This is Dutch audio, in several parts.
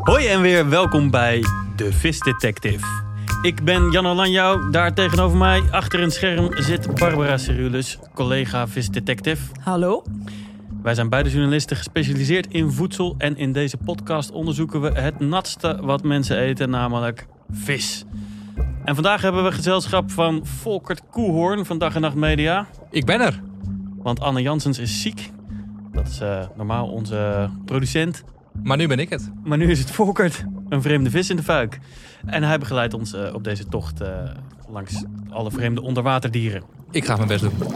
Hoi en weer welkom bij De Vis Detective. Ik ben Jan Alanjouw, daar tegenover mij achter een scherm zit Barbara Cerulus, collega visdetective. Hallo. Wij zijn beide journalisten gespecialiseerd in voedsel en in deze podcast onderzoeken we het natste wat mensen eten, namelijk vis. En vandaag hebben we gezelschap van Volkert Koehoorn van Dag en Nacht Media. Ik ben er. Want Anne Janssens is ziek. Dat is normaal onze producent. Maar nu ben ik het. Maar nu is het Volkert, een vreemde vis in de fuik. En hij begeleidt ons op deze tocht langs alle vreemde onderwaterdieren. Ik ga mijn best doen.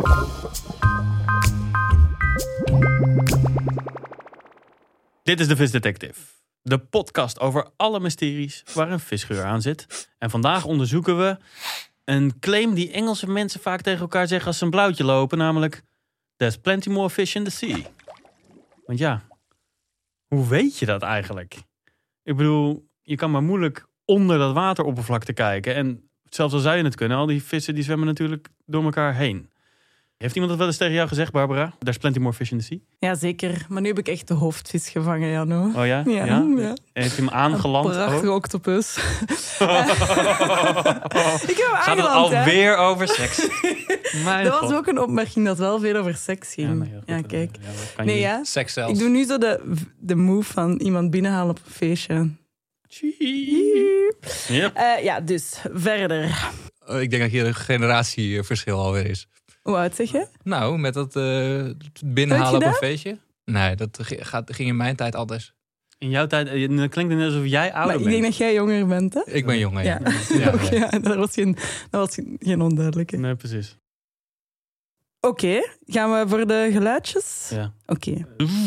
Dit is de Vis Detective. De podcast over alle mysteries waar een visgeur aan zit. En vandaag onderzoeken we een claim die Engelse mensen vaak tegen elkaar zeggen als ze een blauwtje lopen. Namelijk, there's plenty more fish in the sea. Want ja, hoe weet je dat eigenlijk? Ik bedoel, je kan maar moeilijk onder dat wateroppervlakte kijken. En zelfs al zou je het kunnen, al die vissen die zwemmen natuurlijk door elkaar heen. Heeft iemand dat wel eens tegen jou gezegd, Barbara? There's plenty more fish in the sea? Ja, zeker. Maar nu heb ik echt de hoofdvis gevangen, Jano. Oh ja? Ja. En heeft hij hem aangeland? Een prachtige octopus. Ik heb hem Gaat het aangeland, hè? alweer over seks? Mijn Dat God. was ook een opmerking dat wel veel over seks ging. Ja, kijk. dat kan Nee, je- ja. Seks zelfs. Ik doe nu zo de move van iemand binnenhalen op een feestje. Yep. Ja, dus verder. Ik denk dat hier een generatieverschil alweer is. Hoe oud zeg je? Nou, met dat Heb binnenhalen je op een dat? feestje. Nee, dat ging in mijn tijd anders. In jouw tijd, het klinkt net alsof jij ouder Maar ik bent. denk dat jij jonger bent, hè? Ik ben jonger, ja. Ja. Ja, dat was geen onduidelijke. Nee, precies. Oké, gaan we voor de geluidjes? Ja. Oké.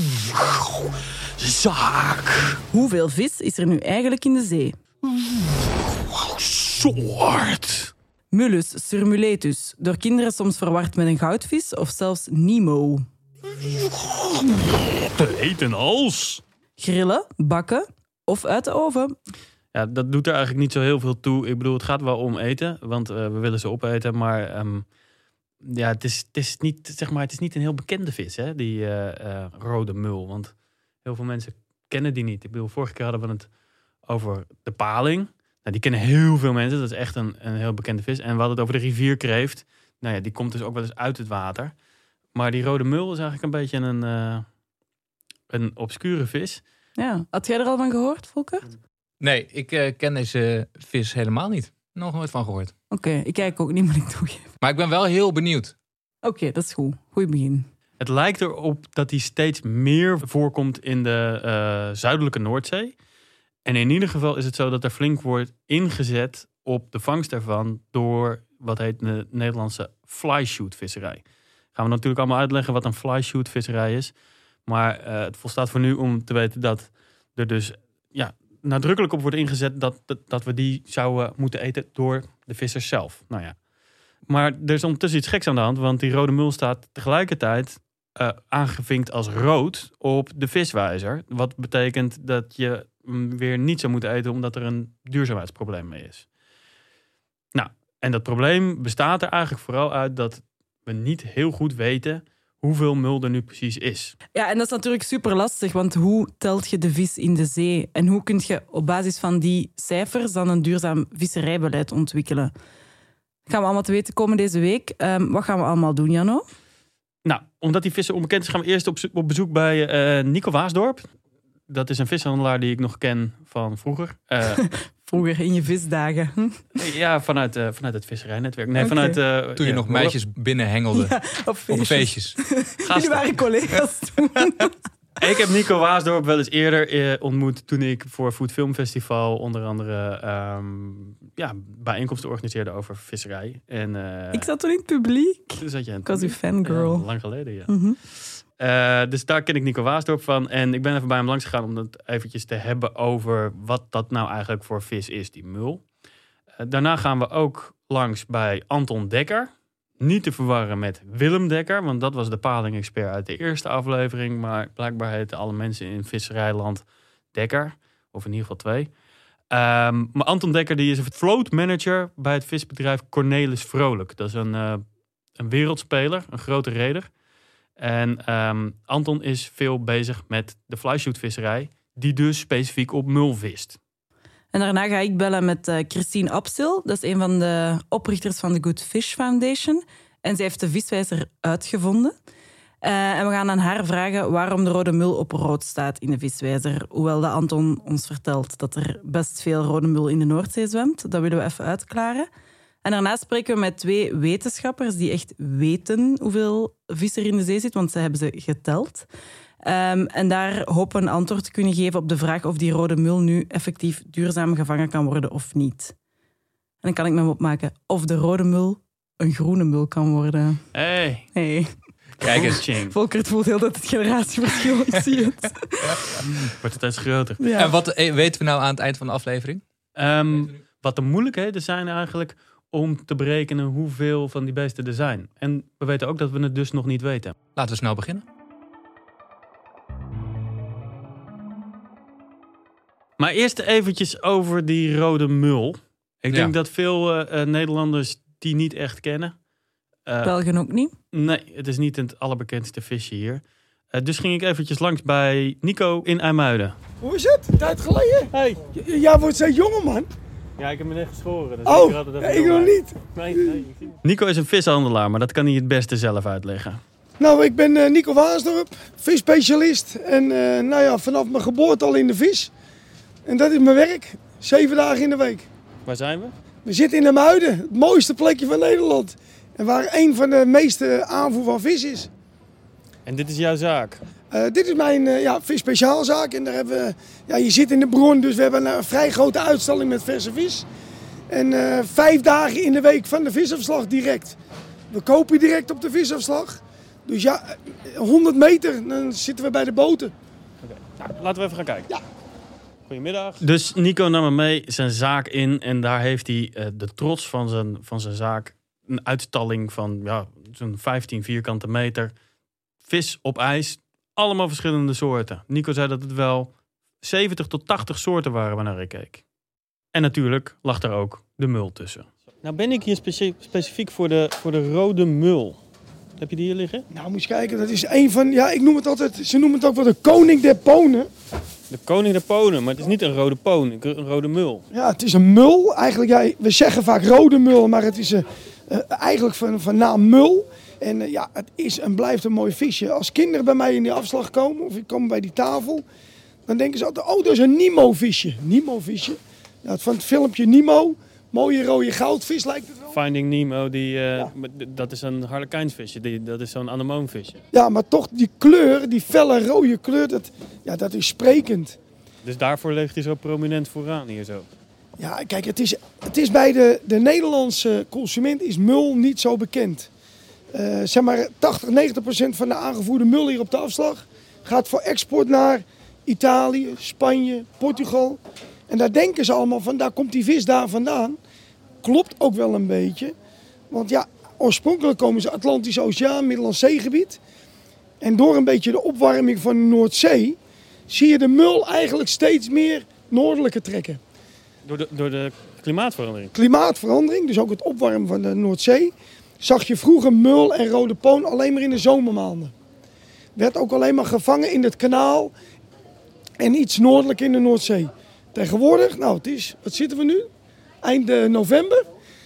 Zaak. Hoeveel vis is er nu eigenlijk in de zee? Soort. Mullus surmuletus, door kinderen soms verward met een goudvis of zelfs Nemo. Te eten als. Grillen, bakken of uit de oven. Ja, dat doet er eigenlijk niet zo heel veel toe. Ik bedoel, het gaat wel om eten, want we willen ze opeten. Maar ja, het is niet, zeg maar, het is niet een heel bekende vis, hè? Die rode mul. Want heel veel mensen kennen die niet. Ik bedoel, vorige keer hadden we het over de paling. Nou, die kennen heel veel mensen. Dat is echt een heel bekende vis. En we hadden het over de rivierkreeft. Nou ja, die komt dus ook wel eens uit het water. Maar die rode mul is eigenlijk een beetje een obscure vis. Ja. Had jij er al van gehoord, Volker? Nee, ik ken deze vis helemaal niet. Nog nooit van gehoord. Oké, ik kijk ook niet, moet ik toegeven. Maar ik ben wel heel benieuwd. Oké, dat is goed. Goeie begin. Het lijkt erop dat hij steeds meer voorkomt in de zuidelijke Noordzee. En in ieder geval is het zo dat er flink wordt ingezet op de vangst ervan door wat heet de Nederlandse fly-shoot visserij. Gaan we natuurlijk allemaal uitleggen wat een fly-shoot visserij is. Maar het volstaat voor nu om te weten dat er dus nadrukkelijk op wordt ingezet dat we die zouden moeten eten door de vissers zelf. Nou ja. Maar er is ondertussen iets geks aan de hand, want die rode mul staat tegelijkertijd aangevinkt als rood op de viswijzer. Wat betekent dat je hem weer niet zou moeten eten omdat er een duurzaamheidsprobleem mee is. Nou, en dat probleem bestaat er eigenlijk vooral uit dat we niet heel goed weten hoeveel mul er nu precies is. Ja, en dat is natuurlijk super lastig, want hoe telt je de vis in de zee? En hoe kun je op basis van die cijfers dan een duurzaam visserijbeleid ontwikkelen? Gaan we allemaal te weten komen deze week. Wat gaan we allemaal doen, Janno? Nou, omdat die vissen onbekend is, gaan we eerst op bezoek bij Nico Waasdorp. Dat is een vishandelaar die ik nog ken van vroeger. Vroeger in je visdagen. Ja, vanuit het visserijnetwerk. Nee, Oké. vanuit... Toen je nog meisjes binnenhengelde Ja, op op feestjes. feestjes. Jullie waren collega's toen. Ik heb Nico Waasdorp wel eens eerder ontmoet toen ik voor Food Film Festival onder andere bijeenkomsten organiseerde over visserij. En, Ik zat toen in het publiek. toen zat je Ik was uw fangirl. Ja, lang geleden, ja. Mhm. Dus daar ken ik Nico Waasdorp van. En ik ben even bij hem langs gegaan om het eventjes te hebben over wat dat nou eigenlijk voor vis is, die mul. Daarna gaan we ook langs bij Anton Dekker. Niet te verwarren met Willem Dekker, want dat was de paling-expert uit de eerste aflevering. Maar blijkbaar heten alle mensen in visserijland Dekker. Of in ieder geval 2. Maar Anton Dekker die is een float manager bij het visbedrijf Cornelis Vrolijk. Dat is een wereldspeler, een grote reder. En Anton is veel bezig met de flyshoot visserij. die dus specifiek op mul vist. En daarna ga ik bellen met Christine Absil. Dat is een van de oprichters van de Good Fish Foundation. En zij heeft de viswijzer uitgevonden. En we gaan aan haar vragen waarom de rode mul op rood staat in de viswijzer. Hoewel de Anton ons vertelt dat er best veel rode mul in de Noordzee zwemt. Dat willen we even uitklaren. En daarna spreken we met 2 wetenschappers die echt weten hoeveel vis er in de zee zit, want ze hebben ze geteld. En daar hopen we een antwoord te kunnen geven op de vraag of die rode mul nu effectief duurzaam gevangen kan worden of niet. En dan kan ik me opmaken of de rode mul een groene mul kan worden. Hey. Kijk eens. Volkert voelt heel dat het generatieverschil, ik zie het. Wordt het steeds groter. Ja. En wat weten we nou aan het eind van de aflevering? Wat de moeilijkheden zijn eigenlijk om te berekenen hoeveel van die beesten er zijn. En we weten ook dat we het dus nog niet weten. Laten we snel beginnen. Maar eerst eventjes over die rode mul. Ik denk dat veel Nederlanders die niet echt kennen. Belgen ook niet? Nee, het is niet het allerbekendste visje hier. Dus ging ik eventjes langs bij Nico in IJmuiden. Hoe is het? Een tijd geleden? Hey. Ja, wordt zo'n jongen, man. Ja, ik heb me net geschoren. Dus Oh, ik nog niet. Nee. Nico is een vishandelaar, maar dat kan hij het beste zelf uitleggen. Nou, ik ben Nico Waasdorp, visspecialist. En vanaf mijn geboorte al in de vis. En dat is mijn werk. 7 dagen in de week. Waar zijn we? We zitten in IJmuiden, het mooiste plekje van Nederland. En waar een van de meeste aanvoer van vis is. En dit is jouw zaak? Dit is mijn visspeciaalzaak. En daar hebben we, je zit in de bron, dus we hebben een vrij grote uitstalling met verse vis. En 5 dagen in de week van de visafslag direct. We kopen direct op de visafslag. Dus 100 meter, dan zitten we bij de boten. Okay. Nou, laten we even gaan kijken. Ja. Goedemiddag. Dus Nico nam me mee zijn zaak in en daar heeft hij de trots van zijn zaak. Een uitstalling van zo'n 15 vierkante meter. Vis op ijs. Allemaal verschillende soorten. Nico zei dat het wel 70 tot 80 soorten waren waarnaar ik keek. En natuurlijk lag daar ook de mul tussen. Nou ben ik hier specifiek voor de rode mul. Heb je die hier liggen? Nou, moet je kijken. Dat is een van, ik noem het altijd, ze noemen het ook wel de koning der ponen. De koning der ponen, maar het is niet een rode poon, een rode mul. Ja, het is een mul. Eigenlijk, we zeggen vaak rode mul, maar het is eigenlijk van naam mul. En het is en blijft een mooi visje. Als kinderen bij mij in die afslag komen, of ik kom bij die tafel, dan denken ze altijd, dat is een Nemo-visje. Nemo-visje. Ja, van het filmpje Nemo, mooie rode goudvis lijkt het wel. Finding Nemo, dat is een harlekijnsvisje, dat is zo'n anemoonvisje. Ja, maar toch die kleur, die felle rode kleur, dat is sprekend. Dus daarvoor ligt hij zo prominent vooraan hier zo. Ja, kijk, het is bij de Nederlandse consument is mul niet zo bekend. Zeg maar 80-90% van de aangevoerde mul hier op de afslag gaat voor export naar Italië, Spanje, Portugal. En daar denken ze allemaal van, daar komt die vis daar vandaan. Klopt ook wel een beetje. Want oorspronkelijk komen ze Atlantische Oceaan, Middellandse Zeegebied. En door een beetje de opwarming van de Noordzee zie je de mul eigenlijk steeds meer noordelijker trekken. Door de klimaatverandering? Klimaatverandering, dus ook het opwarmen van de Noordzee, zag je vroeger mul en rode poon alleen maar in de zomermaanden. Werd ook alleen maar gevangen in het kanaal en iets noordelijk in de Noordzee. Tegenwoordig, wat zitten we nu? Eind november.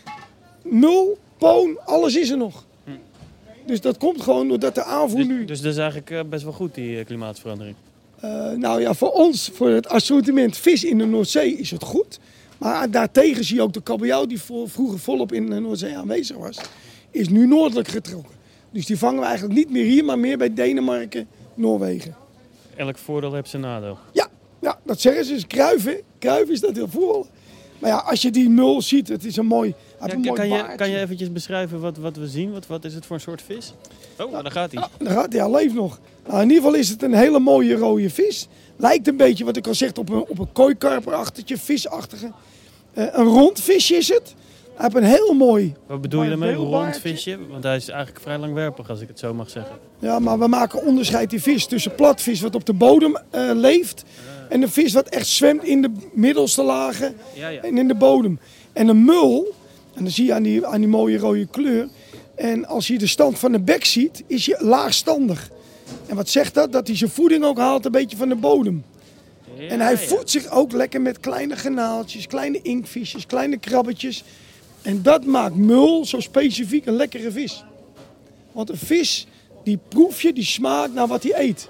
Mul, poon, alles is er nog. Dus dat komt gewoon doordat de aanvoer nu... Dus dat is eigenlijk best wel goed, die klimaatverandering? Voor ons, voor het assortiment vis in de Noordzee is het goed. Maar daartegen zie je ook de kabeljauw die vroeger volop in de Noordzee aanwezig was, is nu noordelijk getrokken. Dus die vangen we eigenlijk niet meer hier, maar meer bij Denemarken, Noorwegen. Elk voordeel heeft zijn nadeel. Ja, dat zeggen ze. Dus kruiven is dat heel voordeel. Maar als je die mul ziet, het is een mooi kan je eventjes beschrijven wat we zien? Wat is het voor een soort vis? Daar gaat hij. Daar gaat hij, leeft nog. Nou, in ieder geval is het een hele mooie rode vis. Lijkt een beetje, wat ik al zeg, op een kooikarperachtige, visachtige. Een rond visje is het. Hij heeft een heel mooi... Wat bedoel je daarmee, rond visje? Want hij is eigenlijk vrij langwerpig, als ik het zo mag zeggen. Ja, maar we maken onderscheid die vis tussen platvis wat op de bodem leeft en een vis wat echt zwemt in de middelste lagen en in de bodem. En een mul, en dan zie je aan die mooie rode kleur, en als je de stand van de bek ziet, is hij laagstandig. En wat zegt dat? Dat hij zijn voeding ook haalt een beetje van de bodem. En hij voedt zich ook lekker met kleine garnaaltjes, kleine inktvisjes, kleine krabbetjes. En dat maakt mul zo specifiek een lekkere vis. Want een vis, die proef je, die smaakt naar wat hij eet.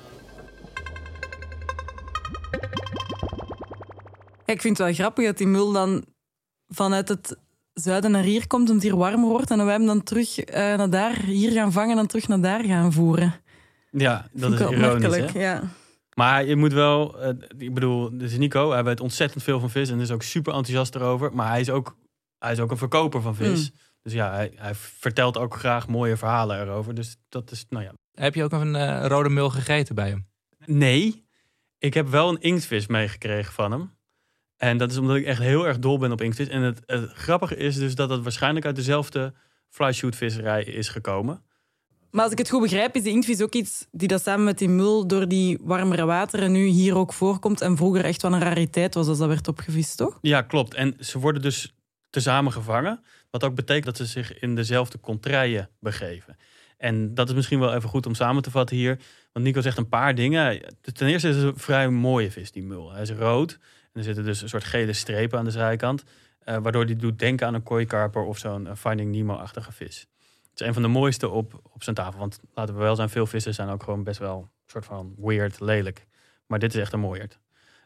Ja, ik vind het wel grappig dat die mul dan vanuit het zuiden naar hier komt, omdat het hier warmer wordt. En dat wij hem dan terug naar daar, hier gaan vangen en dan terug naar daar gaan voeren. Ja, dat is Vind ik wel ironisch, opmerkelijk, hè? ja. Maar je moet wel... ik bedoel, dit is Nico. Hij weet ontzettend veel van vis en is ook super enthousiast erover. Maar hij is ook een verkoper van vis. Dus ja, hij vertelt ook graag mooie verhalen erover. Dus dat is, nou ja. Heb je ook een rode mul gegeten bij hem? Nee, ik heb wel een inktvis meegekregen van hem. En dat is omdat ik echt heel erg dol ben op inktvis. En het grappige is dus dat het waarschijnlijk uit dezelfde fly-shoot visserij is gekomen. Maar als ik het goed begrijp, is de inktvis ook iets die dat samen met die mul door die warmere wateren nu hier ook voorkomt en vroeger echt wel een rariteit was als dat werd opgevist, toch? Ja, klopt. En ze worden dus tezamen gevangen. Wat ook betekent dat ze zich in dezelfde kontrijen begeven. En dat is misschien wel even goed om samen te vatten hier. Want Nico zegt een paar dingen. Ten eerste is het een vrij mooie vis, die mul. Hij is rood. En er zitten dus een soort gele strepen aan de zijkant. Waardoor die doet denken aan een kooikarper of zo'n Finding Nemo-achtige vis. Het is een van de mooiste op zijn tafel. Want laten we wel zijn, veel vissen zijn ook gewoon best wel een soort van weird, lelijk. Maar dit is echt een mooierd.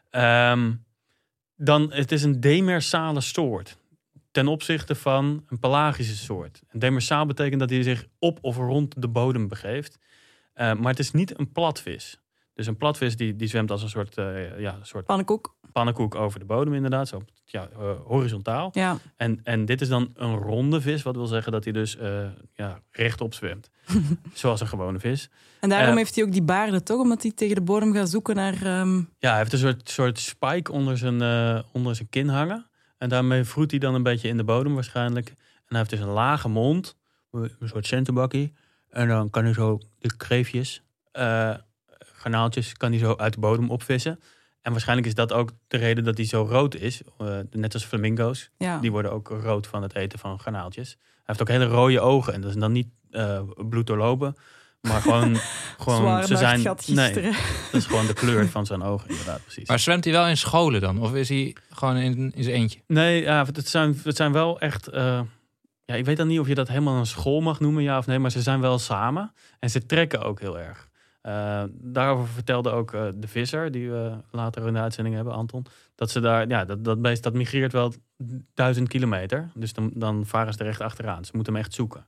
Dan, het is een demersale soort. Ten opzichte van een pelagische soort. Een demersaal betekent dat hij zich op of rond de bodem begeeft. Maar het is niet een platvis. Dus een platvis die zwemt als een soort pannenkoek over de bodem inderdaad. Zo, ja, horizontaal. Ja. En dit is dan een ronde vis. Wat wil zeggen dat hij dus rechtop zwemt. Zoals een gewone vis. En daarom heeft hij ook die baarden, toch? Omdat hij tegen de bodem gaat zoeken naar... Ja, hij heeft een soort spike onder zijn kin hangen. En daarmee vroet hij dan een beetje in de bodem waarschijnlijk. En hij heeft dus een lage mond. Een soort centenbakkie. En dan kan hij zo de kreefjes, garnaaltjes, kan hij zo uit de bodem opvissen. En waarschijnlijk is dat ook de reden dat hij zo rood is. Net als flamingo's. Ja. Die worden ook rood van het eten van garnaaltjes. Hij heeft ook hele rode ogen. En dat is dan niet bloeddoorlopen. Maar gewoon ze zijn. Nee, dat is gewoon de kleur van zijn ogen, inderdaad, precies. Maar zwemt hij wel in scholen dan? Of is hij gewoon in zijn eentje? Nee, ja, het zijn wel echt. Ja, ik weet dan niet of je dat helemaal een school mag noemen, ja of nee, maar ze zijn wel samen. En ze trekken ook heel erg. Daarover vertelde ook de visser, die we later in de uitzending hebben, Anton. Dat ze daar, ja, dat beest dat migreert wel 1000 kilometer. Dus dan varen ze er echt achteraan. Ze moeten hem echt zoeken.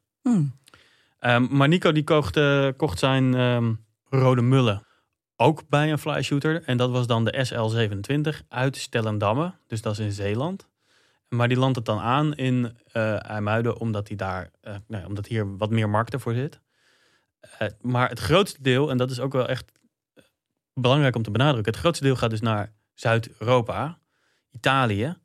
Maar Nico die kocht zijn rode mullen ook bij een flyshooter. En dat was dan de SL27 uit Stellendamme. Dus dat is in Zeeland. Maar die landt het dan aan in IJmuiden, omdat omdat hier wat meer markt ervoor zit. Maar het grootste deel, en dat is ook wel echt belangrijk om te benadrukken. Het grootste deel gaat dus naar Zuid-Europa, Italië.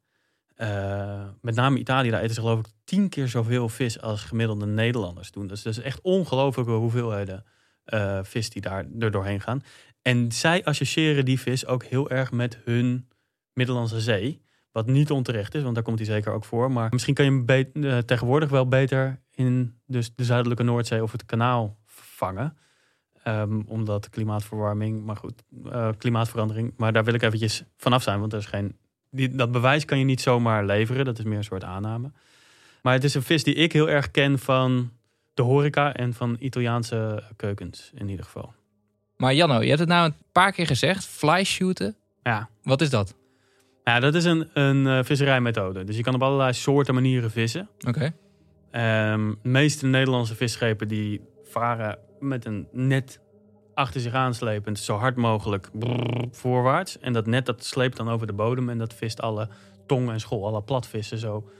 Met name Italië, daar eten ze geloof ik 10 keer zoveel vis als gemiddelde Nederlanders doen. Dus dat is echt ongelooflijke hoeveelheden vis die daar er doorheen gaan. En zij associëren die vis ook heel erg met hun Middellandse Zee. Wat niet onterecht is, want daar komt hij zeker ook voor. Maar misschien kan je hem tegenwoordig wel beter in dus de zuidelijke Noordzee of het kanaal vangen. Omdat klimaatverwarming, maar goed, klimaatverandering. Maar daar wil ik eventjes vanaf zijn, want er is dat bewijs kan je niet zomaar leveren. Dat is meer een soort aanname. Maar het is een vis die ik heel erg ken van de horeca en van Italiaanse keukens in ieder geval. Maar Janno, je hebt het nou een paar keer gezegd, flyshooten. Ja. Wat is dat? Ja, dat is een visserijmethode. Dus je kan op allerlei soorten manieren vissen. Oké. De meeste Nederlandse visschepen die varen met een net achter zich aanslepend zo hard mogelijk voorwaarts. En dat net dat sleept dan over de bodem en dat vist alle tong en schol, alle platvissen zo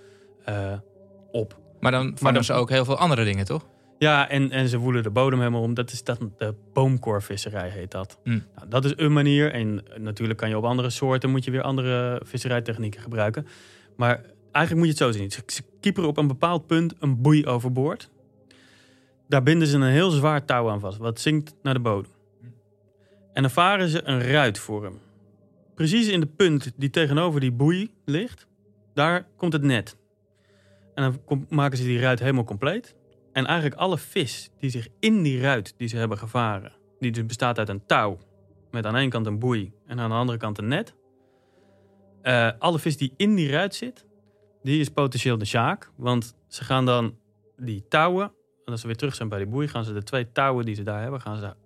op. Maar dan vangen ze ook heel veel andere dingen, toch? Ja, en ze woelen de bodem helemaal om. Dat de boomkorvisserij heet dat. Nou, dat is een manier. En natuurlijk kan je op andere soorten, moet je weer andere visserijtechnieken gebruiken. Maar eigenlijk moet je het zo zien. Ze kieperen op een bepaald punt een boei overboord. Daar binden ze een heel zwaar touw aan vast, wat zinkt naar de bodem. En dan varen ze een ruit voor hem. Precies in de punt die tegenover die boei ligt, daar komt het net. En dan maken ze die ruit helemaal compleet. En eigenlijk alle vis die zich in die ruit die ze hebben gevaren, die dus bestaat uit een touw met aan de ene kant een boei en aan de andere kant een net. Alle vis die in die ruit zit, die is potentieel de sjaak. Want ze gaan dan die touwen, en als ze weer terug zijn bij die boei, gaan ze de 2 touwen die ze daar hebben, gaan ze daar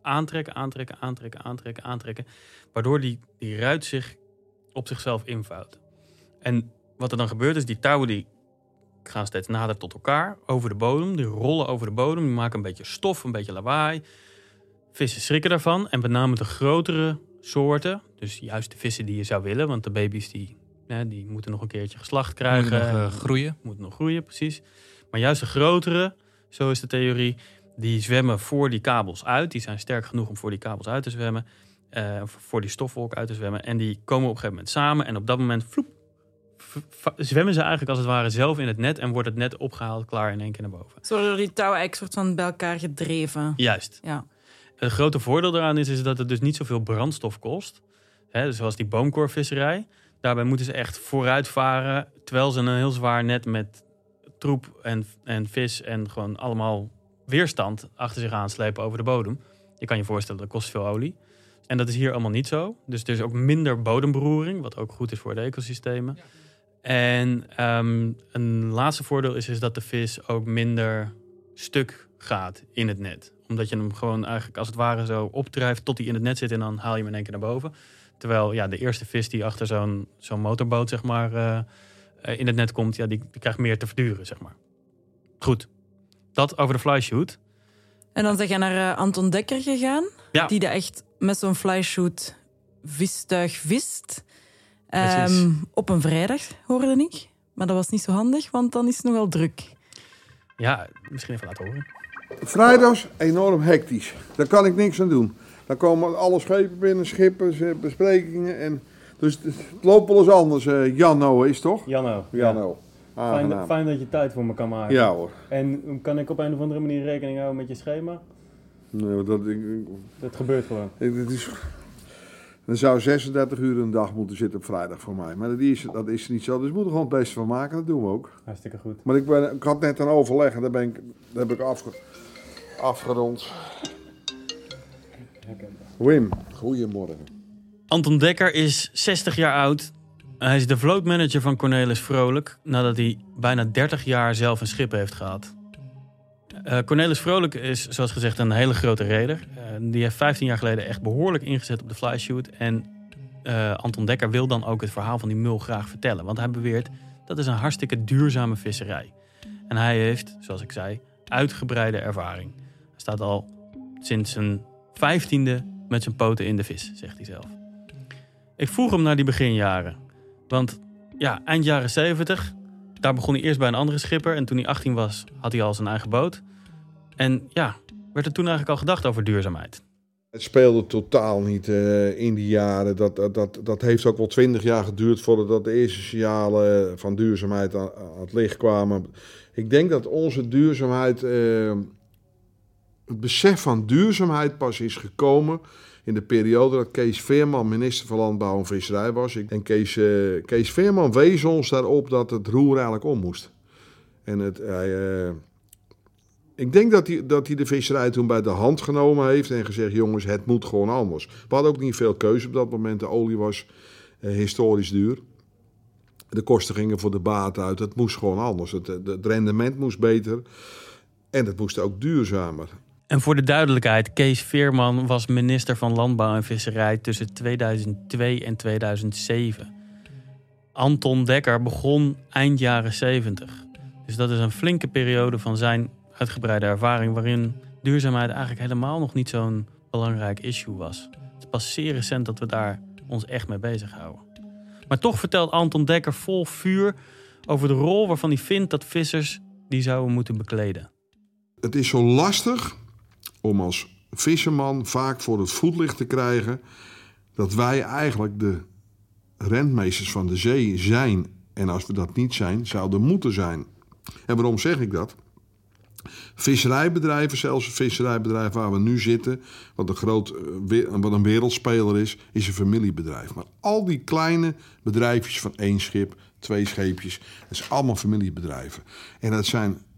aantrekken. Waardoor die ruit zich op zichzelf invouwt. En wat er dan gebeurt is, die touwen die gaan steeds nader tot elkaar over de bodem. Die rollen over de bodem, die maken een beetje stof, een beetje lawaai. Vissen schrikken daarvan. En met name de grotere soorten, dus juist de vissen die je zou willen, want de baby's die moeten nog een keertje geslacht krijgen. Moeten nog groeien. Moeten nog groeien, precies. Maar juist de grotere, zo is de theorie, die zwemmen voor die kabels uit. Die zijn sterk genoeg om voor die kabels uit te zwemmen. Voor die stofwolk uit te zwemmen. En die komen op een gegeven moment samen. En op dat moment zwemmen ze eigenlijk als het ware zelf in het net. En wordt het net opgehaald, klaar in één keer naar boven. Zo worden die touwen eigenlijk soort van bij elkaar gedreven. Juist. Ja. Het grote voordeel daaraan is dat het dus niet zoveel brandstof kost. Dus zoals die boomkorvisserij. Daarbij moeten ze echt vooruit varen. Terwijl ze een heel zwaar net met troep en vis en gewoon allemaal weerstand achter zich aanslepen over de bodem. Je kan je voorstellen, dat kost veel olie. En dat is hier allemaal niet zo. Dus er is ook minder bodemberoering, wat ook goed is voor de ecosystemen. Ja. En een laatste voordeel is dat de vis ook minder stuk gaat in het net. Omdat je hem gewoon eigenlijk als het ware zo opdrijft tot hij in het net zit en dan haal je hem in één keer naar boven. Terwijl de eerste vis die achter zo'n motorboot zeg maar, in het net komt, die krijgt meer te verduren, zeg maar. Goed, dat over de flyshoot. En dan zeg je naar Anton Dekker gegaan, die dat echt met zo'n flyshoot vistuig vist. Op een vrijdag, hoorde ik. Maar dat was niet zo handig, want dan is het nogal druk. Ja, misschien even laten horen. Vrijdags enorm hectisch. Daar kan ik niks aan doen. Dan komen alle schepen binnen, schippers, besprekingen. En dus het loopt wel eens anders. Janno is toch? Janno. Fijn dat je tijd voor me kan maken. Ja hoor. En kan ik op een of andere manier rekening houden met je schema? Nee, dat gebeurt gewoon. Er zou 36 uur een dag moeten zitten op vrijdag voor mij. Maar dat is niet zo. Dus we moeten gewoon het beste van maken. Dat doen we ook. Hartstikke goed. Maar ik had net een overleg en daar heb ik afgerond. Wim, goedemorgen. Anton Dekker is 60 jaar oud. Hij is de vlootmanager van Cornelis Vrolijk nadat hij bijna 30 jaar zelf een schip heeft gehad. Cornelis Vrolijk is, zoals gezegd, een hele grote reder. Die heeft 15 jaar geleden echt behoorlijk ingezet op de flyshoot. En Anton Dekker wil dan ook het verhaal van die mul graag vertellen. Want hij beweert, dat is een hartstikke duurzame visserij. En hij heeft, zoals ik zei, uitgebreide ervaring. Hij staat al sinds zijn 15e met zijn poten in de vis, zegt hij zelf. Ik vroeg hem naar die beginjaren. Want eind jaren 70, daar begon hij eerst bij een andere schipper. En toen hij 18 was, had hij al zijn eigen boot. En werd er toen eigenlijk al gedacht over duurzaamheid? Het speelde totaal niet in die jaren. Dat heeft ook wel 20 jaar geduurd voordat de eerste signalen van duurzaamheid aan het licht kwamen. Ik denk dat onze duurzaamheid, het besef van duurzaamheid pas is gekomen in de periode dat Kees Veerman minister van Landbouw en Visserij was. En Kees Veerman wees ons daarop dat het roer eigenlijk om moest. En ik denk dat hij de visserij toen bij de hand genomen heeft en gezegd, jongens, het moet gewoon anders. We hadden ook niet veel keuze op dat moment. De olie was historisch duur. De kosten gingen voor de baat uit. Het moest gewoon anders. Het rendement moest beter. En het moest ook duurzamer. En voor de duidelijkheid, Kees Veerman was minister van Landbouw en Visserij tussen 2002 en 2007. Anton Dekker begon eind jaren 70. Dus dat is een flinke periode van zijn uitgebreide ervaring, waarin duurzaamheid eigenlijk helemaal nog niet zo'n belangrijk issue was. Het is pas zeer recent dat we daar ons echt mee bezighouden. Maar toch vertelt Anton Dekker vol vuur over de rol waarvan hij vindt dat vissers die zouden moeten bekleden. Het is zo lastig om als visserman vaak voor het voetlicht te krijgen dat wij eigenlijk de rentmeesters van de zee zijn. En als we dat niet zijn, zouden moeten zijn. En waarom zeg ik dat? Visserijbedrijven, zelfs het visserijbedrijf waar we nu zitten, wat een wereldspeler is een familiebedrijf. Maar al die kleine bedrijfjes van 1 schip, 2 scheepjes, dat zijn allemaal familiebedrijven. En dat zijn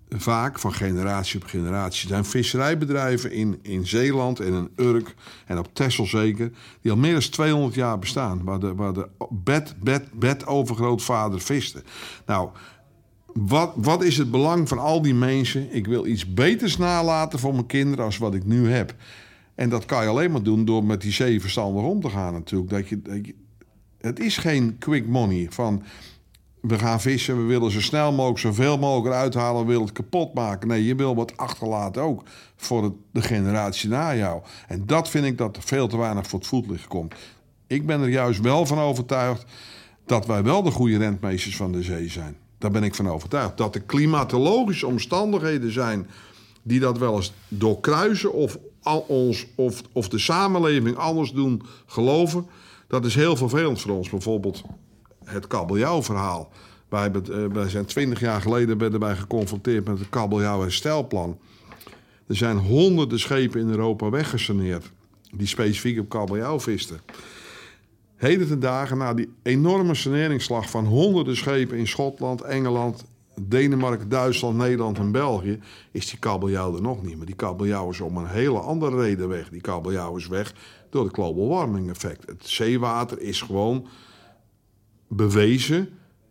vaak van generatie op generatie. Er zijn visserijbedrijven in Zeeland en in Urk en op Texel zeker, die al meer dan 200 jaar bestaan, waar de overgrootvader viste. Nou, wat is het belang van al die mensen? Ik wil iets beters nalaten voor mijn kinderen als wat ik nu heb. En dat kan je alleen maar doen door met die zee verstandig om te gaan natuurlijk. Het is geen quick money van we gaan vissen, we willen zo snel mogelijk, zoveel mogelijk eruit halen, we willen het kapot maken. Nee, je wil wat achterlaten ook voor de generatie na jou. En dat vind ik dat er veel te weinig voor het voetlicht komt. Ik ben er juist wel van overtuigd dat wij wel de goede rentmeesters van de zee zijn. Daar ben ik van overtuigd. Dat er klimatologische omstandigheden zijn die dat wel eens doorkruisen of de samenleving anders doen geloven. Dat is heel vervelend voor ons. Bijvoorbeeld het kabeljauwverhaal. Wij zijn 20 jaar geleden erbij geconfronteerd met het kabeljauwherstelplan. Er zijn honderden schepen in Europa weggesaneerd die specifiek op kabeljauw visten. Heden ten dagen, na die enorme saneringsslag van honderden schepen in Schotland, Engeland, Denemarken, Duitsland, Nederland en België, is die kabeljauw er nog niet. Maar die kabeljauw is om een hele andere reden weg. Die kabeljauw is weg door het global warming effect. Het zeewater is gewoon bewezen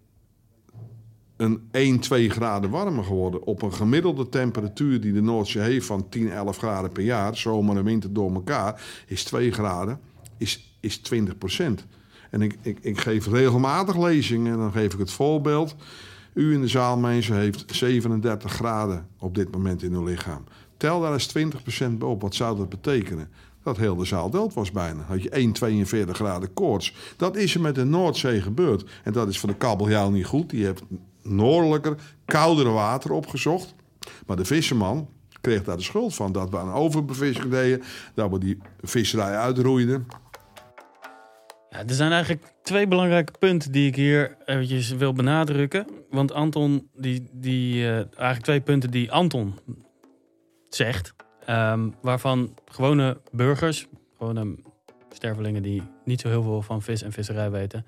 een 1-2 graden warmer geworden. Op een gemiddelde temperatuur die de Noordzee heeft van 10-11 graden per jaar, zomer en winter door elkaar, is 2 graden, is 20%. En ik geef regelmatig lezingen en dan geef ik het voorbeeld. U in de zaal, mensen, heeft 37 graden op dit moment in uw lichaam. Tel daar eens 20% op. Wat zou dat betekenen? Dat heel de zaal dood was bijna. Had je 1,42 graden koorts. Dat is er met de Noordzee gebeurd. En dat is voor de kabeljauw niet goed. Die heeft noordelijker, koudere water opgezocht. Maar de visserman kreeg daar de schuld van. Dat we aan overbevissing deden. Dat we die visserij uitroeiden. Ja, er zijn eigenlijk 2 belangrijke punten die ik hier eventjes wil benadrukken. Want Anton, eigenlijk 2 punten die Anton zegt. Waarvan gewone burgers, gewone stervelingen die niet zo heel veel van vis en visserij weten,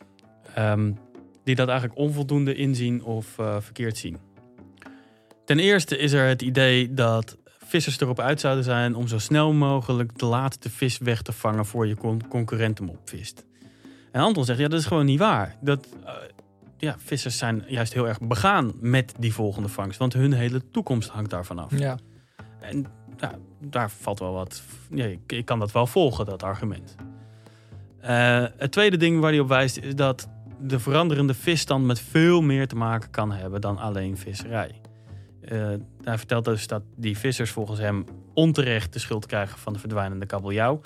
die dat eigenlijk onvoldoende inzien of verkeerd zien. Ten eerste is er het idee dat vissers erop uit zouden zijn om zo snel mogelijk de laatste vis weg te vangen voor je concurrent hem opvist. En Anton zegt, ja, dat is gewoon niet waar. Vissers zijn juist heel erg begaan met die volgende vangst, want hun hele toekomst hangt daarvan af. Ja. En daar valt wel wat. Ja, ik kan dat wel volgen, dat argument. Het tweede ding waar hij op wijst is dat de veranderende visstand met veel meer te maken kan hebben dan alleen visserij. Hij vertelt dus dat die vissers volgens hem onterecht de schuld krijgen van de verdwijnende kabeljauw.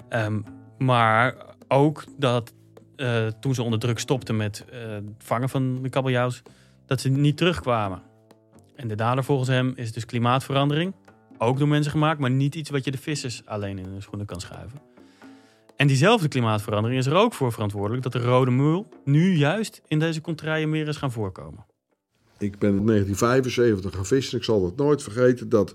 Maar ook dat toen ze onder druk stopten met het vangen van de kabeljauws, dat ze niet terugkwamen. En de dader volgens hem is dus klimaatverandering. Ook door mensen gemaakt, maar niet iets wat je de vissers alleen in hun schoenen kan schuiven. En diezelfde klimaatverandering is er ook voor verantwoordelijk dat de rode mul nu juist in deze contraien meer is gaan voorkomen. Ik ben in 1975 gaan vissen. Ik zal het nooit vergeten dat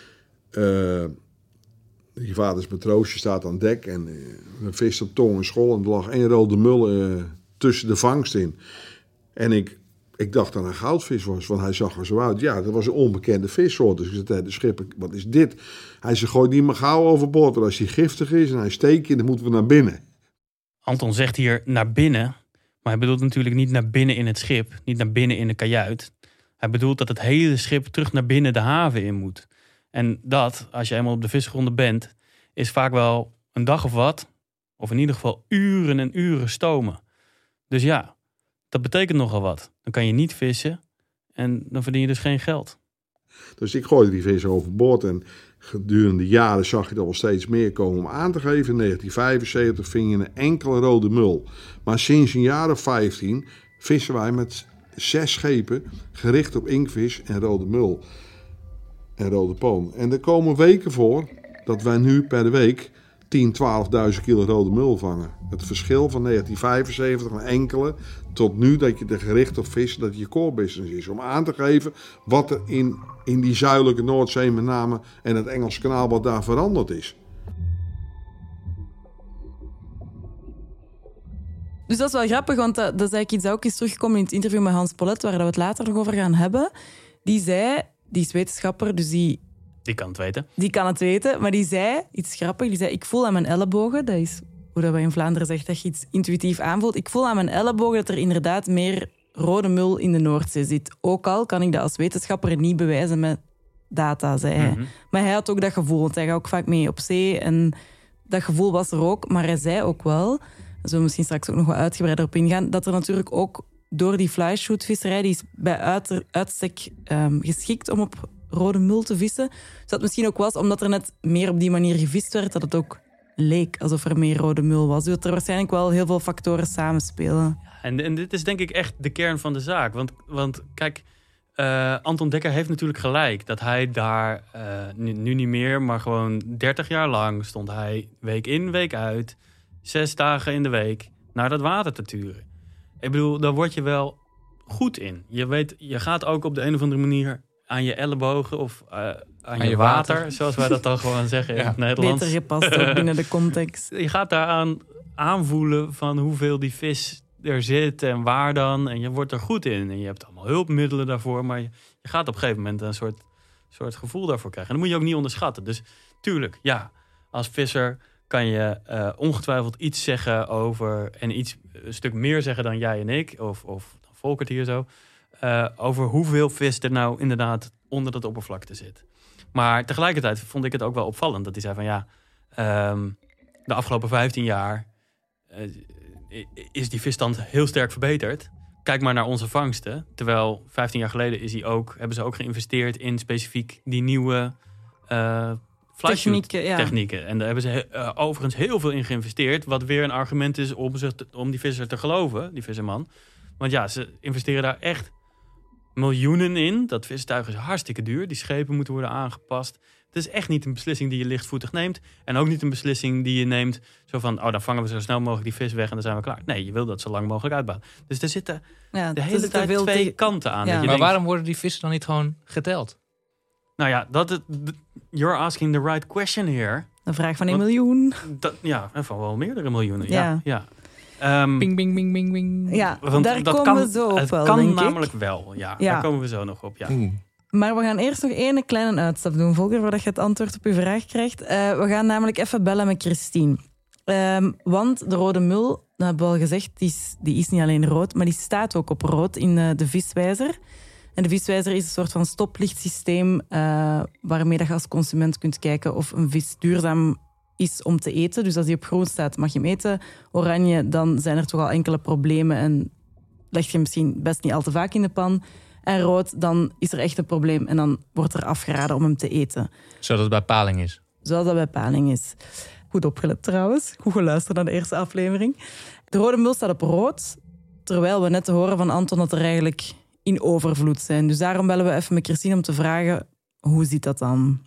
je vaders matroosje staat aan dek en we visten op tong en schol en er lag 1 rode mul tussen de vangst in. En ik dacht dat hij een goudvis was, want hij zag er zo uit. Ja, dat was een onbekende vissoort. Dus ik zei tegen de schipper, wat is dit? Hij zei, gooi die maar gauw overboord. Want als hij giftig is en hij steekt je, dan moeten we naar binnen. Anton zegt hier naar binnen, maar hij bedoelt natuurlijk niet naar binnen in het schip. Niet naar binnen in de kajuit. Hij bedoelt dat het hele schip terug naar binnen de haven in moet. En dat, als je eenmaal op de visgronden bent, is vaak wel een dag of wat. Of in ieder geval uren en uren stomen. Dus ja, dat betekent nogal wat. Dan kan je niet vissen en dan verdien je dus geen geld. Dus ik gooide die vis overboord en gedurende jaren zag je dat wel steeds meer komen om aan te geven. In 1975 ving je een enkele rode mul. Maar sinds een jaar of 15 vissen wij met 6 schepen gericht op inkvis en rode mul en rode poon. En er komen weken voor dat wij nu per week 10.000, 12.000 kilo rode mul vangen. Het verschil van 1975 een enkele tot nu dat je er gericht op vist, dat je core business is. Om aan te geven wat er in die zuidelijke Noordzee met name en het Engelse kanaal wat daar veranderd is. Dus dat is wel grappig, want dat is eigenlijk iets dat ook is teruggekomen in het interview met Hans Polet, waar we het later nog over gaan hebben. Die zei, die is wetenschapper, dus die kan het weten. Die kan het weten, maar die zei iets grappigs. Die zei, ik voel aan mijn ellebogen, dat is hoe dat we in Vlaanderen zeggen, dat je iets intuïtief aanvoelt. Ik voel aan mijn ellebogen dat er inderdaad meer rode mul in de Noordzee zit. Ook al kan ik dat als wetenschapper niet bewijzen met data, zei hij. Mhm. Maar hij had ook dat gevoel, want hij gaat ook vaak mee op zee. En dat gevoel was er ook, maar hij zei ook wel, daar zullen we misschien straks ook nog wat uitgebreider op ingaan, dat er natuurlijk ook door die fly-shoot-visserij, die is bij uitstek geschikt om op rode mul te vissen. Dus dat misschien ook was omdat er net meer op die manier gevist werd, dat het ook leek alsof er meer rode mul was. Dus dat er waarschijnlijk wel heel veel factoren samenspelen. En dit is denk ik echt de kern van de zaak. Want kijk, Anton Dekker heeft natuurlijk gelijk. Dat hij daar, nu niet meer, maar gewoon 30 jaar lang stond hij week in, week uit, 6 dagen in de week naar dat water te turen. Ik bedoel, daar word je wel goed in. Je weet, je gaat ook op de een of andere manier aan je ellebogen of aan je water, zoals wij dat dan gewoon zeggen in het Nederlands. Beter gepast ook binnen de context. Je gaat daaraan aanvoelen van hoeveel die vis er zit en waar dan. En je wordt er goed in. En je hebt allemaal hulpmiddelen daarvoor. Maar je gaat op een gegeven moment een soort gevoel daarvoor krijgen. En dat moet je ook niet onderschatten. Dus tuurlijk, ja, als visser kan je ongetwijfeld iets zeggen over, en een stuk meer zeggen dan jij en ik, of Volkert hier zo, over hoeveel vis er nou inderdaad onder dat oppervlakte zit. Maar tegelijkertijd vond ik het ook wel opvallend dat hij zei van ja, de afgelopen 15 jaar is die visstand heel sterk verbeterd. Kijk maar naar onze vangsten. Terwijl 15 jaar geleden hebben ze ook geïnvesteerd in specifiek die nieuwe technieken. En daar hebben ze overigens heel veel in geïnvesteerd. Wat weer een argument is om die visser te geloven, die visserman. Want ja, ze investeren daar echt miljoenen in. Dat vistuig is hartstikke duur. Die schepen moeten worden aangepast. Het is echt niet een beslissing die je lichtvoetig neemt. En ook niet een beslissing die je neemt zo van, dan vangen we zo snel mogelijk die vis weg en dan zijn we klaar. Nee, je wil dat zo lang mogelijk uitbouwen. Dus er zitten de hele tijd twee kanten aan. Ja. Dat je Maar denkt, waarom worden die vissen dan niet gewoon geteld? nou ja, you're asking the right question here. Een vraag van 1 miljoen. En van wel meerdere miljoenen. Ja. Ja. Bing, bing, bing, bing, bing. Ja, Want daar dat komen we zo op het wel, kan denk namelijk ik. wel, ja. Ja. Daar komen we zo nog op, ja. Maar we gaan eerst nog één kleine uitstap doen, Volker, voordat je het antwoord op je vraag krijgt. We gaan namelijk even bellen met Christine. Want de rode mul, dat hebben we al gezegd, die is niet alleen rood, maar die staat ook op rood in de viswijzer. En de viswijzer is een soort van stoplichtsysteem waarmee je als consument kunt kijken of een vis duurzaam is om te eten. Dus als die op groen staat, mag je hem eten. Oranje, dan zijn er toch al enkele problemen en leg je hem misschien best niet al te vaak in de pan. En rood, dan is er echt een probleem en dan wordt er afgeraden om hem te eten. Zodat het bij paling is. Zoals dat bij paling is. Goed opgelet trouwens. Goed geluisterd naar de eerste aflevering. De rode mul staat op rood, terwijl we net horen van Anton dat er eigenlijk in overvloed zijn. Dus daarom bellen we even met Christine om te vragen, hoe zit dat dan?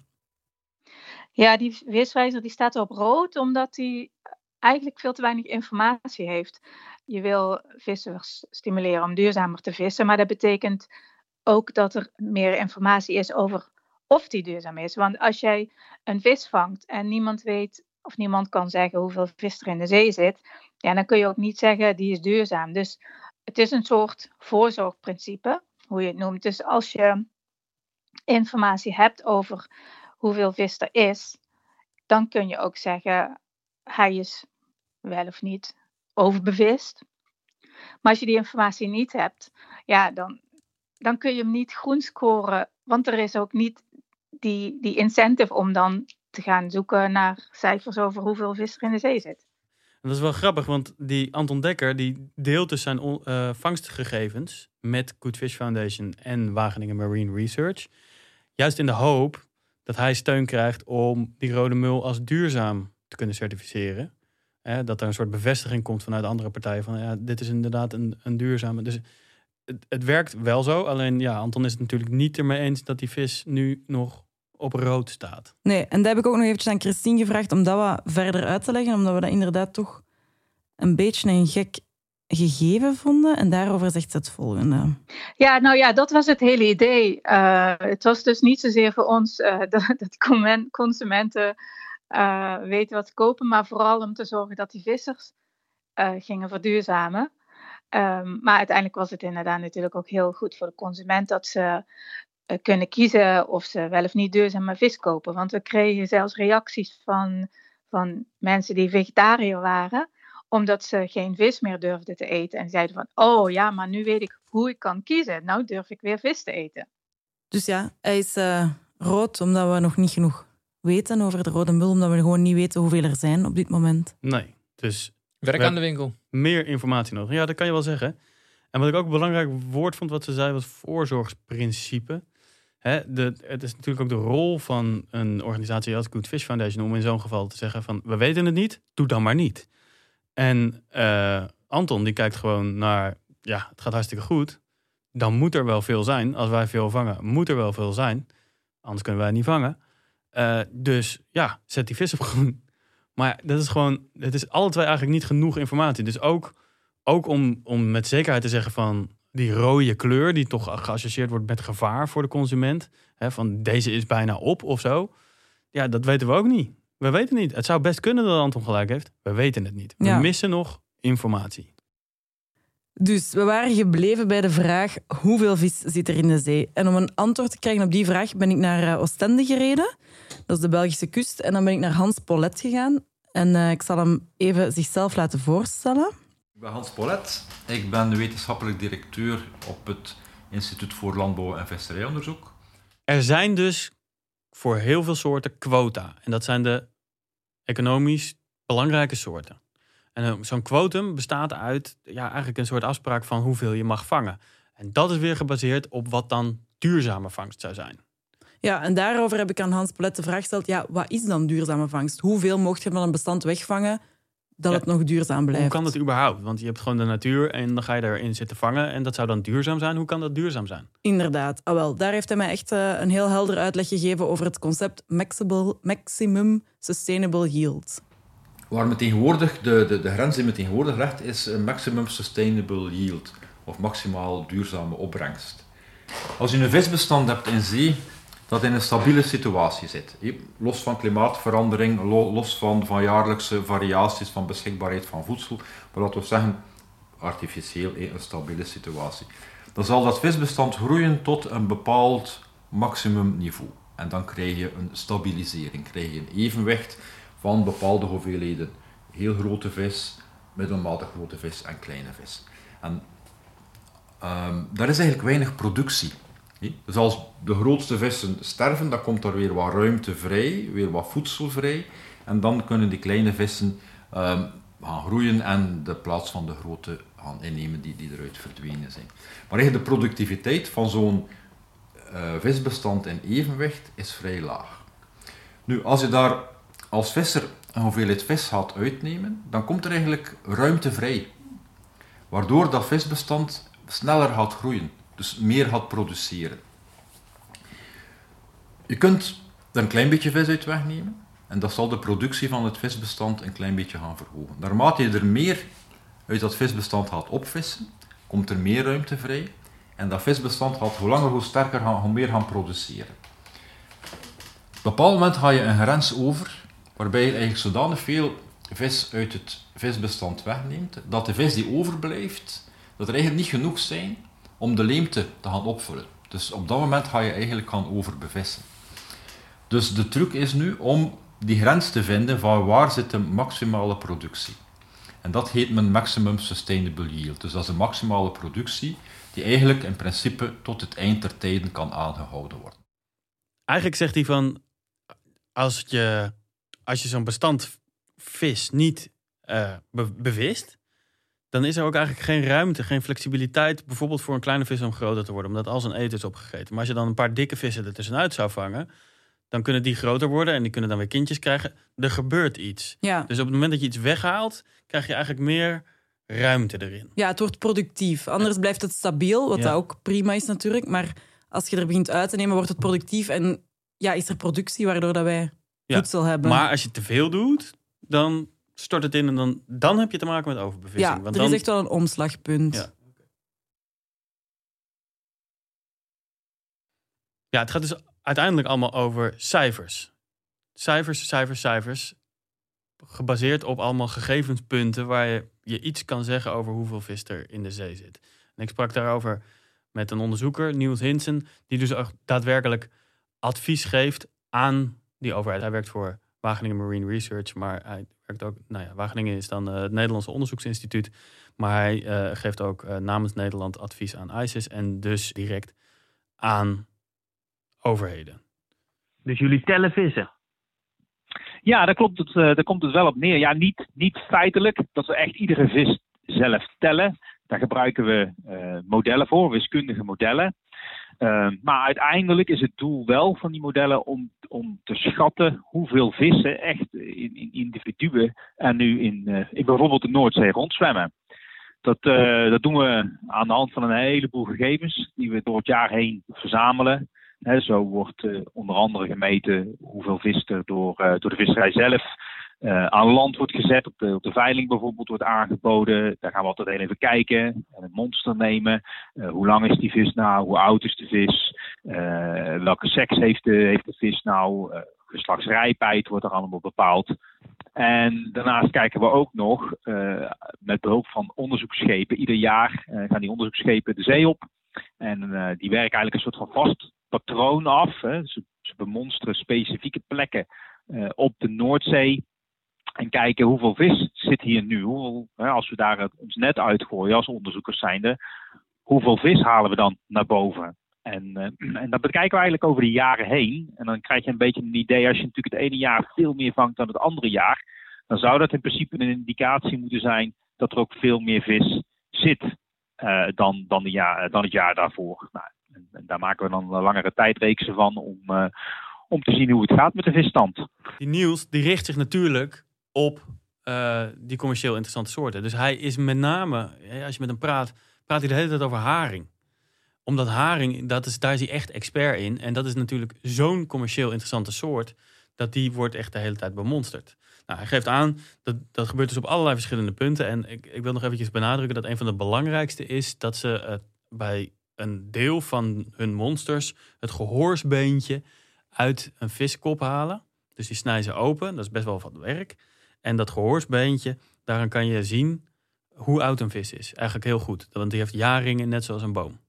Ja, die viswijzer die staat op rood omdat hij eigenlijk veel te weinig informatie heeft. Je wil vissers stimuleren om duurzamer te vissen, maar dat betekent ook dat er meer informatie is over of die duurzaam is. Want als jij een vis vangt en niemand weet of niemand kan zeggen hoeveel vis er in de zee zit, ja, dan kun je ook niet zeggen die is duurzaam. Dus het is een soort voorzorgprincipe, hoe je het noemt. Dus als je informatie hebt over hoeveel vis er is, dan kun je ook zeggen, hij is wel of niet overbevist. Maar als je die informatie niet hebt, ja, dan kun je hem niet groen scoren, want er is ook niet die incentive om dan te gaan zoeken naar cijfers over hoeveel vis er in de zee zit. En dat is wel grappig, want die Anton Dekker die deelt dus zijn vangstgegevens met Good Fish Foundation en Wageningen Marine Research. Juist in de hoop dat hij steun krijgt om die rode mul als duurzaam te kunnen certificeren. Dat er een soort bevestiging komt vanuit andere partijen van ja, dit is inderdaad een duurzame. Dus het werkt wel zo. Alleen ja, Anton is het natuurlijk niet ermee eens dat die vis nu nog op rood staat. Nee, en daar heb ik ook nog eventjes aan Christine gevraagd om dat wat verder uit te leggen, omdat we dat inderdaad toch een beetje een gek gegeven vonden. En daarover zegt ze het volgende. Ja, nou ja, dat was het hele idee. Het was dus niet zozeer voor ons dat consumenten weten wat te kopen, maar vooral om te zorgen dat die vissers gingen verduurzamen. Maar uiteindelijk was het inderdaad natuurlijk ook heel goed voor de consument dat ze kunnen kiezen of ze wel of niet duurzame vis kopen. Want we kregen zelfs reacties van mensen die vegetariër waren, omdat ze geen vis meer durfden te eten. En zeiden van, oh ja, maar nu weet ik hoe ik kan kiezen. Nou durf ik weer vis te eten. Dus ja, hij is rood omdat we nog niet genoeg weten over de rode mul, omdat we gewoon niet weten hoeveel er zijn op dit moment. Nee, dus Werk aan de winkel. meer informatie nodig. Ja, dat kan je wel zeggen. En wat ik ook een belangrijk woord vond wat ze zei, was voorzorgsprincipe. Het is natuurlijk ook de rol van een organisatie als Good Fish Foundation om in zo'n geval te zeggen van, we weten het niet, doe dan maar niet. En Anton die kijkt gewoon naar, ja, het gaat hartstikke goed. Dan moet er wel veel zijn. Als wij veel vangen, moet er wel veel zijn. Anders kunnen wij niet vangen. Dus ja, zet die vis op groen. Maar dat is gewoon, het is alle twee eigenlijk niet genoeg informatie. Dus ook om met zekerheid te zeggen van die rode kleur, die toch geassocieerd wordt met gevaar voor de consument. Van deze is bijna op of zo. Ja, dat weten we ook niet. We weten niet. Het zou best kunnen dat Anton gelijk heeft. We weten het niet. We missen nog informatie. Dus we waren gebleven bij de vraag hoeveel vis zit er in de zee? En om een antwoord te krijgen op die vraag ben ik naar Oostende gereden. Dat is de Belgische kust. En dan ben ik naar Hans Polet gegaan. En ik zal hem even zichzelf laten voorstellen. Ik ben Hans Polet. Ik ben wetenschappelijk directeur op het Instituut voor Landbouw en Visserijonderzoek. Er zijn dus voor heel veel soorten quota. En dat zijn de economisch belangrijke soorten. En zo'n quotum bestaat uit eigenlijk een soort afspraak van hoeveel je mag vangen. En dat is weer gebaseerd op wat dan duurzame vangst zou zijn. Ja, en daarover heb ik aan Hans Polet de vraag gesteld, ja, wat is dan duurzame vangst? Hoeveel mocht je van een bestand wegvangen dat het nog duurzaam blijft? Hoe kan dat überhaupt? Want je hebt gewoon de natuur en dan ga je erin zitten vangen en dat zou dan duurzaam zijn. Hoe kan dat duurzaam zijn? Inderdaad. Wel, daar heeft hij mij echt een heel helder uitleg gegeven over het concept maximum sustainable yield. Waar men tegenwoordig, de grens die men tegenwoordig legt, is maximum sustainable yield, of maximaal duurzame opbrengst. Als je een visbestand hebt in zee dat in een stabiele situatie zit, los van klimaatverandering, los van jaarlijkse variaties van beschikbaarheid van voedsel, maar laten we zeggen artificieel een stabiele situatie, dan zal dat visbestand groeien tot een bepaald maximumniveau. En dan krijg je een stabilisering, krijg je een evenwicht van bepaalde hoeveelheden heel grote vis, middelmatig grote vis en kleine vis. En daar is eigenlijk weinig productie. Dus als de grootste vissen sterven, dan komt er weer wat ruimte vrij, weer wat voedsel vrij. En dan kunnen die kleine vissen gaan groeien en de plaats van de grote gaan innemen die eruit verdwenen zijn. Maar eigenlijk de productiviteit van zo'n visbestand in evenwicht is vrij laag. Nu, als je daar als visser een hoeveelheid vis gaat uitnemen, dan komt er eigenlijk ruimte vrij. Waardoor dat visbestand sneller gaat groeien, dus meer gaat produceren. Je kunt er een klein beetje vis uit wegnemen en dat zal de productie van het visbestand een klein beetje gaan verhogen. Naarmate je er meer uit dat visbestand gaat opvissen, komt er meer ruimte vrij en dat visbestand gaat hoe langer hoe sterker hoe meer gaan produceren. Op een bepaald moment ga je een grens over waarbij je eigenlijk zodanig veel vis uit het visbestand wegneemt, dat de vis die overblijft, dat er eigenlijk niet genoeg zijn om de leemte te gaan opvullen. Dus op dat moment ga je eigenlijk gaan overbevissen. Dus de truc is nu om die grens te vinden van waar zit de maximale productie. En dat heet men maximum sustainable yield. Dus dat is de maximale productie die eigenlijk in principe tot het eind der tijden kan aangehouden worden. Eigenlijk zegt hij van, als je zo'n bestand vis niet bevist, dan is er ook eigenlijk geen ruimte, geen flexibiliteit, bijvoorbeeld voor een kleine vis om groter te worden, omdat al zijn eten is opgegeten. Maar als je dan een paar dikke vissen er tussenuit zou vangen, dan kunnen die groter worden en die kunnen dan weer kindjes krijgen. Er gebeurt iets. Ja. Dus op het moment dat je iets weghaalt, krijg je eigenlijk meer ruimte erin. Ja, het wordt productief. Anders blijft het stabiel, wat dat ook prima is natuurlijk. Maar als je er begint uit te nemen, wordt het productief en is er productie waardoor dat wij voedsel hebben. Maar als je te veel doet, dan stort het in en dan heb je te maken met overbevissing. Ja, Want er is echt wel een omslagpunt. Ja. Ja, het gaat dus uiteindelijk allemaal over cijfers. Cijfers. Gebaseerd op allemaal gegevenspunten waar je iets kan zeggen over hoeveel vis er in de zee zit. En ik sprak daarover met een onderzoeker, Niels Hinsen, die dus ook daadwerkelijk advies geeft aan die overheid. Hij werkt voor Wageningen Marine Research, maar hij werkt ook, Wageningen is dan het Nederlandse Onderzoeksinstituut, maar hij geeft ook namens Nederland advies aan ICES en dus direct aan overheden. Dus jullie tellen vissen? Ja, daar komt het wel op neer. Ja, niet feitelijk dat we echt iedere vis zelf tellen. Daar gebruiken we modellen voor, wiskundige modellen. Maar uiteindelijk is het doel wel van die modellen om te schatten hoeveel vissen echt in individuen en nu in bijvoorbeeld de Noordzee rondzwemmen. Dat doen we aan de hand van een heleboel gegevens die we door het jaar heen verzamelen. Zo wordt onder andere gemeten hoeveel vis er door de visserij zelf aan land wordt gezet. Op de veiling bijvoorbeeld wordt aangeboden. Daar gaan we altijd even kijken en een monster nemen. Hoe lang is die vis nou? Hoe oud is de vis? Welke seks heeft de vis nou? Geslachtsrijpheid wordt er allemaal bepaald. En daarnaast kijken we ook nog met behulp van onderzoeksschepen. Ieder jaar gaan die onderzoeksschepen de zee op. En die werken eigenlijk een soort van vast patroon af. Hè. Ze bemonsteren specifieke plekken op de Noordzee. En kijken hoeveel vis zit hier nu. Als we daar ons net uitgooien als onderzoekers zijnde. Hoeveel vis halen we dan naar boven? En dat bekijken we eigenlijk over de jaren heen. En dan krijg je een beetje een idee. Als je natuurlijk het ene jaar veel meer vangt dan het andere jaar. Dan zou dat in principe een indicatie moeten zijn dat er ook veel meer vis zit dan het jaar daarvoor. Nou, en daar maken we dan langere tijdreeksen van om te zien hoe het gaat met de visstand. Die Niels die richt zich natuurlijk op die commercieel interessante soorten. Dus hij is met name, als je met hem praat hij de hele tijd over haring. Omdat haring, daar is hij echt expert in. En dat is natuurlijk zo'n commercieel interessante soort dat die wordt echt de hele tijd bemonsterd. Nou, hij geeft aan, dat gebeurt dus op allerlei verschillende punten. En ik wil nog eventjes benadrukken dat een van de belangrijkste is dat ze bij een deel van hun monsters het gehoorsbeentje uit een viskop halen. Dus die snijden ze open, dat is best wel wat werk. En dat gehoorsbeentje, daaraan kan je zien hoe oud een vis is. Eigenlijk heel goed, want die heeft jaarringen net zoals een boom.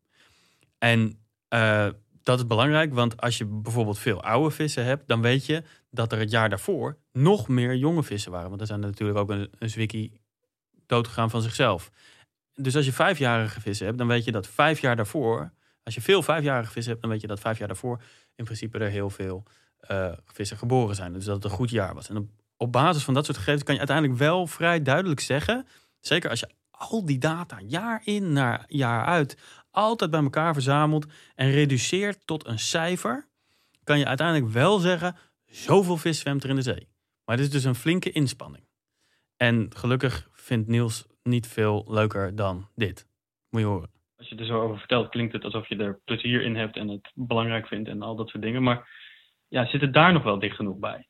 En dat is belangrijk, want als je bijvoorbeeld veel oude vissen hebt, dan weet je dat er het jaar daarvoor nog meer jonge vissen waren. Want er zijn natuurlijk ook een zwikkie doodgegaan van zichzelf. Dus als je 5-jarige vissen hebt, dan weet je dat 5 jaar daarvoor, als je veel 5-jarige vissen hebt, dan weet je dat 5 jaar daarvoor in principe er heel veel vissen geboren zijn. Dus dat het een goed jaar was. En op basis van dat soort gegevens kan je uiteindelijk wel vrij duidelijk zeggen, zeker als je al die data jaar in naar jaar uit altijd bij elkaar verzamelt en reduceert tot een cijfer, kan je uiteindelijk wel zeggen, zoveel vis zwemt er in de zee. Maar het is dus een flinke inspanning. En gelukkig vindt Niels niet veel leuker dan dit. Moet je horen. Als je er zo over vertelt, klinkt het alsof je er plezier in hebt en het belangrijk vindt en al dat soort dingen. Maar ja, zit het daar nog wel dicht genoeg bij?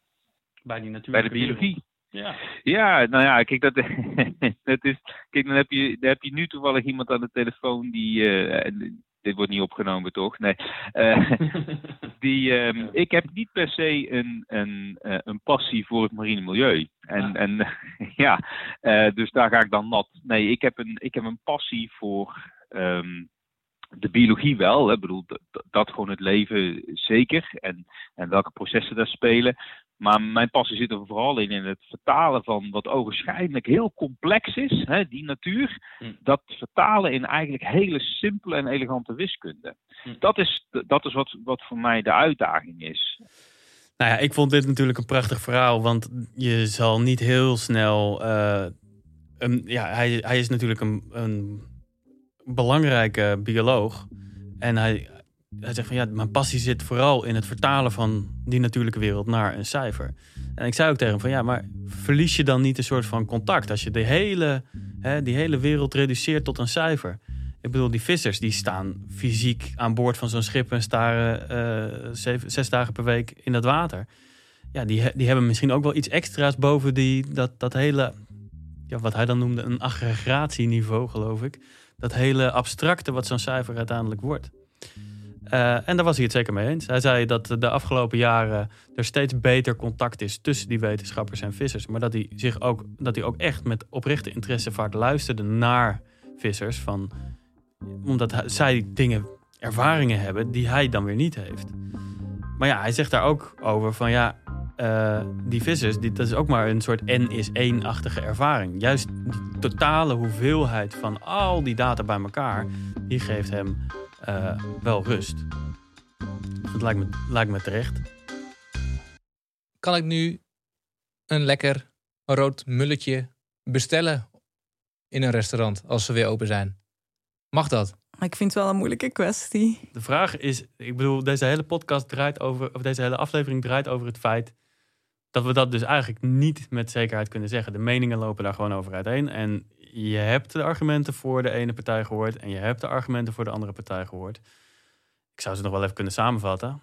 Bij die natuurlijke Bij de biologie? Ja, nou ja, kijk, dat is. Kijk, dan heb je nu toevallig iemand aan de telefoon die. Dit wordt niet opgenomen, toch? Nee. Ik heb niet per se een passie voor het mariene milieu. Dus daar ga ik dan nat. Nee, ik heb een passie voor de biologie wel. Ik bedoel, dat gewoon het leven zeker. En welke processen daar spelen. Maar mijn passie zit er vooral in het vertalen van wat ogenschijnlijk heel complex is, die natuur. Dat vertalen in eigenlijk hele simpele en elegante wiskunde. Dat is wat voor mij de uitdaging is. Nou ja, ik vond dit natuurlijk een prachtig verhaal, want je zal niet heel snel... hij is natuurlijk een belangrijke bioloog. En hij zegt van ja, mijn passie zit vooral in het vertalen van die natuurlijke wereld naar een cijfer. En ik zei ook tegen hem van ja, maar verlies je dan niet een soort van contact als je die hele wereld reduceert tot een cijfer? Ik bedoel, die vissers die staan fysiek aan boord van zo'n schip en staren 6 dagen per week in dat water. Ja, die hebben misschien ook wel iets extra's boven dat hele, ja, wat hij dan noemde een aggregatieniveau, geloof ik. Dat hele abstracte wat zo'n cijfer uiteindelijk wordt. En daar was hij het zeker mee eens. Hij zei dat de afgelopen jaren er steeds beter contact is tussen die wetenschappers en vissers. Maar dat hij ook echt met oprechte interesse vaak luisterde naar vissers. Van Omdat zij ervaringen hebben die hij dan weer niet heeft. Maar ja, hij zegt daar ook over van die vissers, dat is ook maar een soort N=1-achtige ervaring. Juist die totale hoeveelheid van al die data bij elkaar, die geeft hem wel rust. Dat lijkt me terecht. Kan ik nu een lekker rood mulletje bestellen in een restaurant als ze weer open zijn? Mag dat? Ik vind het wel een moeilijke kwestie. De vraag is, ik bedoel, deze hele aflevering draait over het feit dat we dat dus eigenlijk niet met zekerheid kunnen zeggen. De meningen lopen daar gewoon over uiteen. En je hebt de argumenten voor de ene partij gehoord en je hebt de argumenten voor de andere partij gehoord. Ik zou ze nog wel even kunnen samenvatten.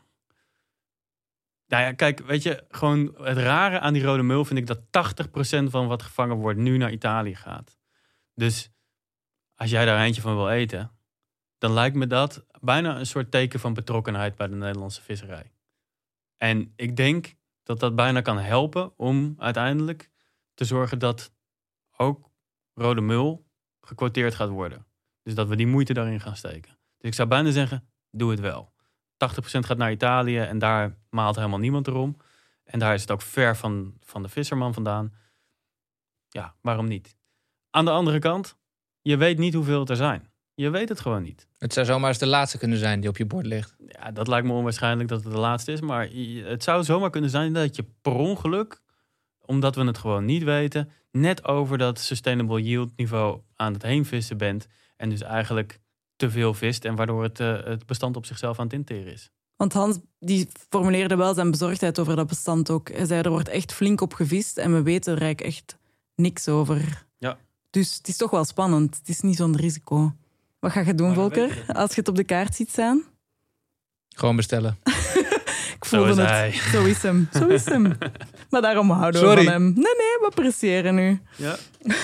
Nou ja, kijk, weet je, gewoon het rare aan die rode mul vind ik dat 80% van wat gevangen wordt nu naar Italië gaat. Dus als jij daar eentje van wil eten, dan lijkt me dat bijna een soort teken van betrokkenheid bij de Nederlandse visserij. En ik denk dat dat bijna kan helpen om uiteindelijk te zorgen dat ook rode mul gequoteerd gaat worden. Dus dat we die moeite daarin gaan steken. Dus ik zou bijna zeggen, doe het wel. 80% gaat naar Italië en daar maalt helemaal niemand erom. En daar is het ook ver van de visserman vandaan. Ja, waarom niet? Aan de andere kant, je weet niet hoeveel het er zijn. Je weet het gewoon niet. Het zou zomaar eens de laatste kunnen zijn die op je bord ligt. Ja, dat lijkt me onwaarschijnlijk dat het de laatste is. Maar het zou zomaar kunnen zijn dat je per ongeluk, omdat we het gewoon niet weten, net over dat sustainable yield niveau aan het heenvissen bent. En dus eigenlijk te veel vist en waardoor het bestand op zichzelf aan het interen is. Want Hans die formuleerde wel zijn bezorgdheid over dat bestand ook. Hij zei, er wordt echt flink op gevist en we weten er eigenlijk echt niks over. Ja. Dus het is toch wel spannend. Het is niet zonder risico. Wat ga je doen, Volker, als je het op de kaart ziet staan? Gewoon bestellen. Ik voelde het. Hij. Zo is hem. Zo is hem. Maar daarom houden we van hem. Nee, we presseren nu. Ja.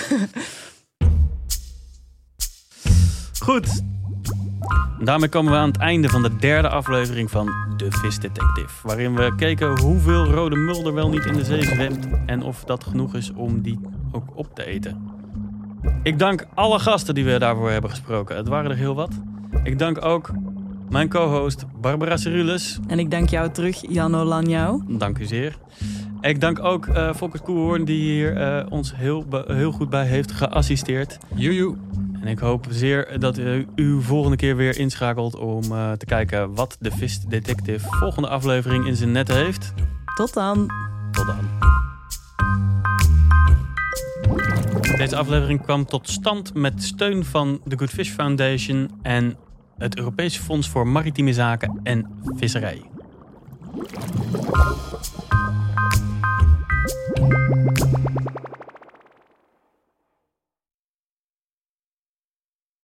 Goed. Daarmee komen we aan het einde van de derde aflevering van De Visdetective. Waarin we keken hoeveel rode mul er wel niet in de zee zwemt en of dat genoeg is om die ook op te eten. Ik dank alle gasten die we daarvoor hebben gesproken. Het waren er heel wat. Ik dank ook mijn co-host Barbara Cerulus. En ik dank jou terug, Janno Lanjou. Dank u zeer. Ik dank ook Volker Koehoorn die hier ons heel goed bij heeft geassisteerd. Joejoe. En ik hoop zeer dat u volgende keer weer inschakelt om te kijken wat de Visdetective volgende aflevering in zijn netten heeft. Tot dan. Tot dan. Deze aflevering kwam tot stand met steun van de Good Fish Foundation en het Europees Fonds voor Maritieme Zaken en Visserij.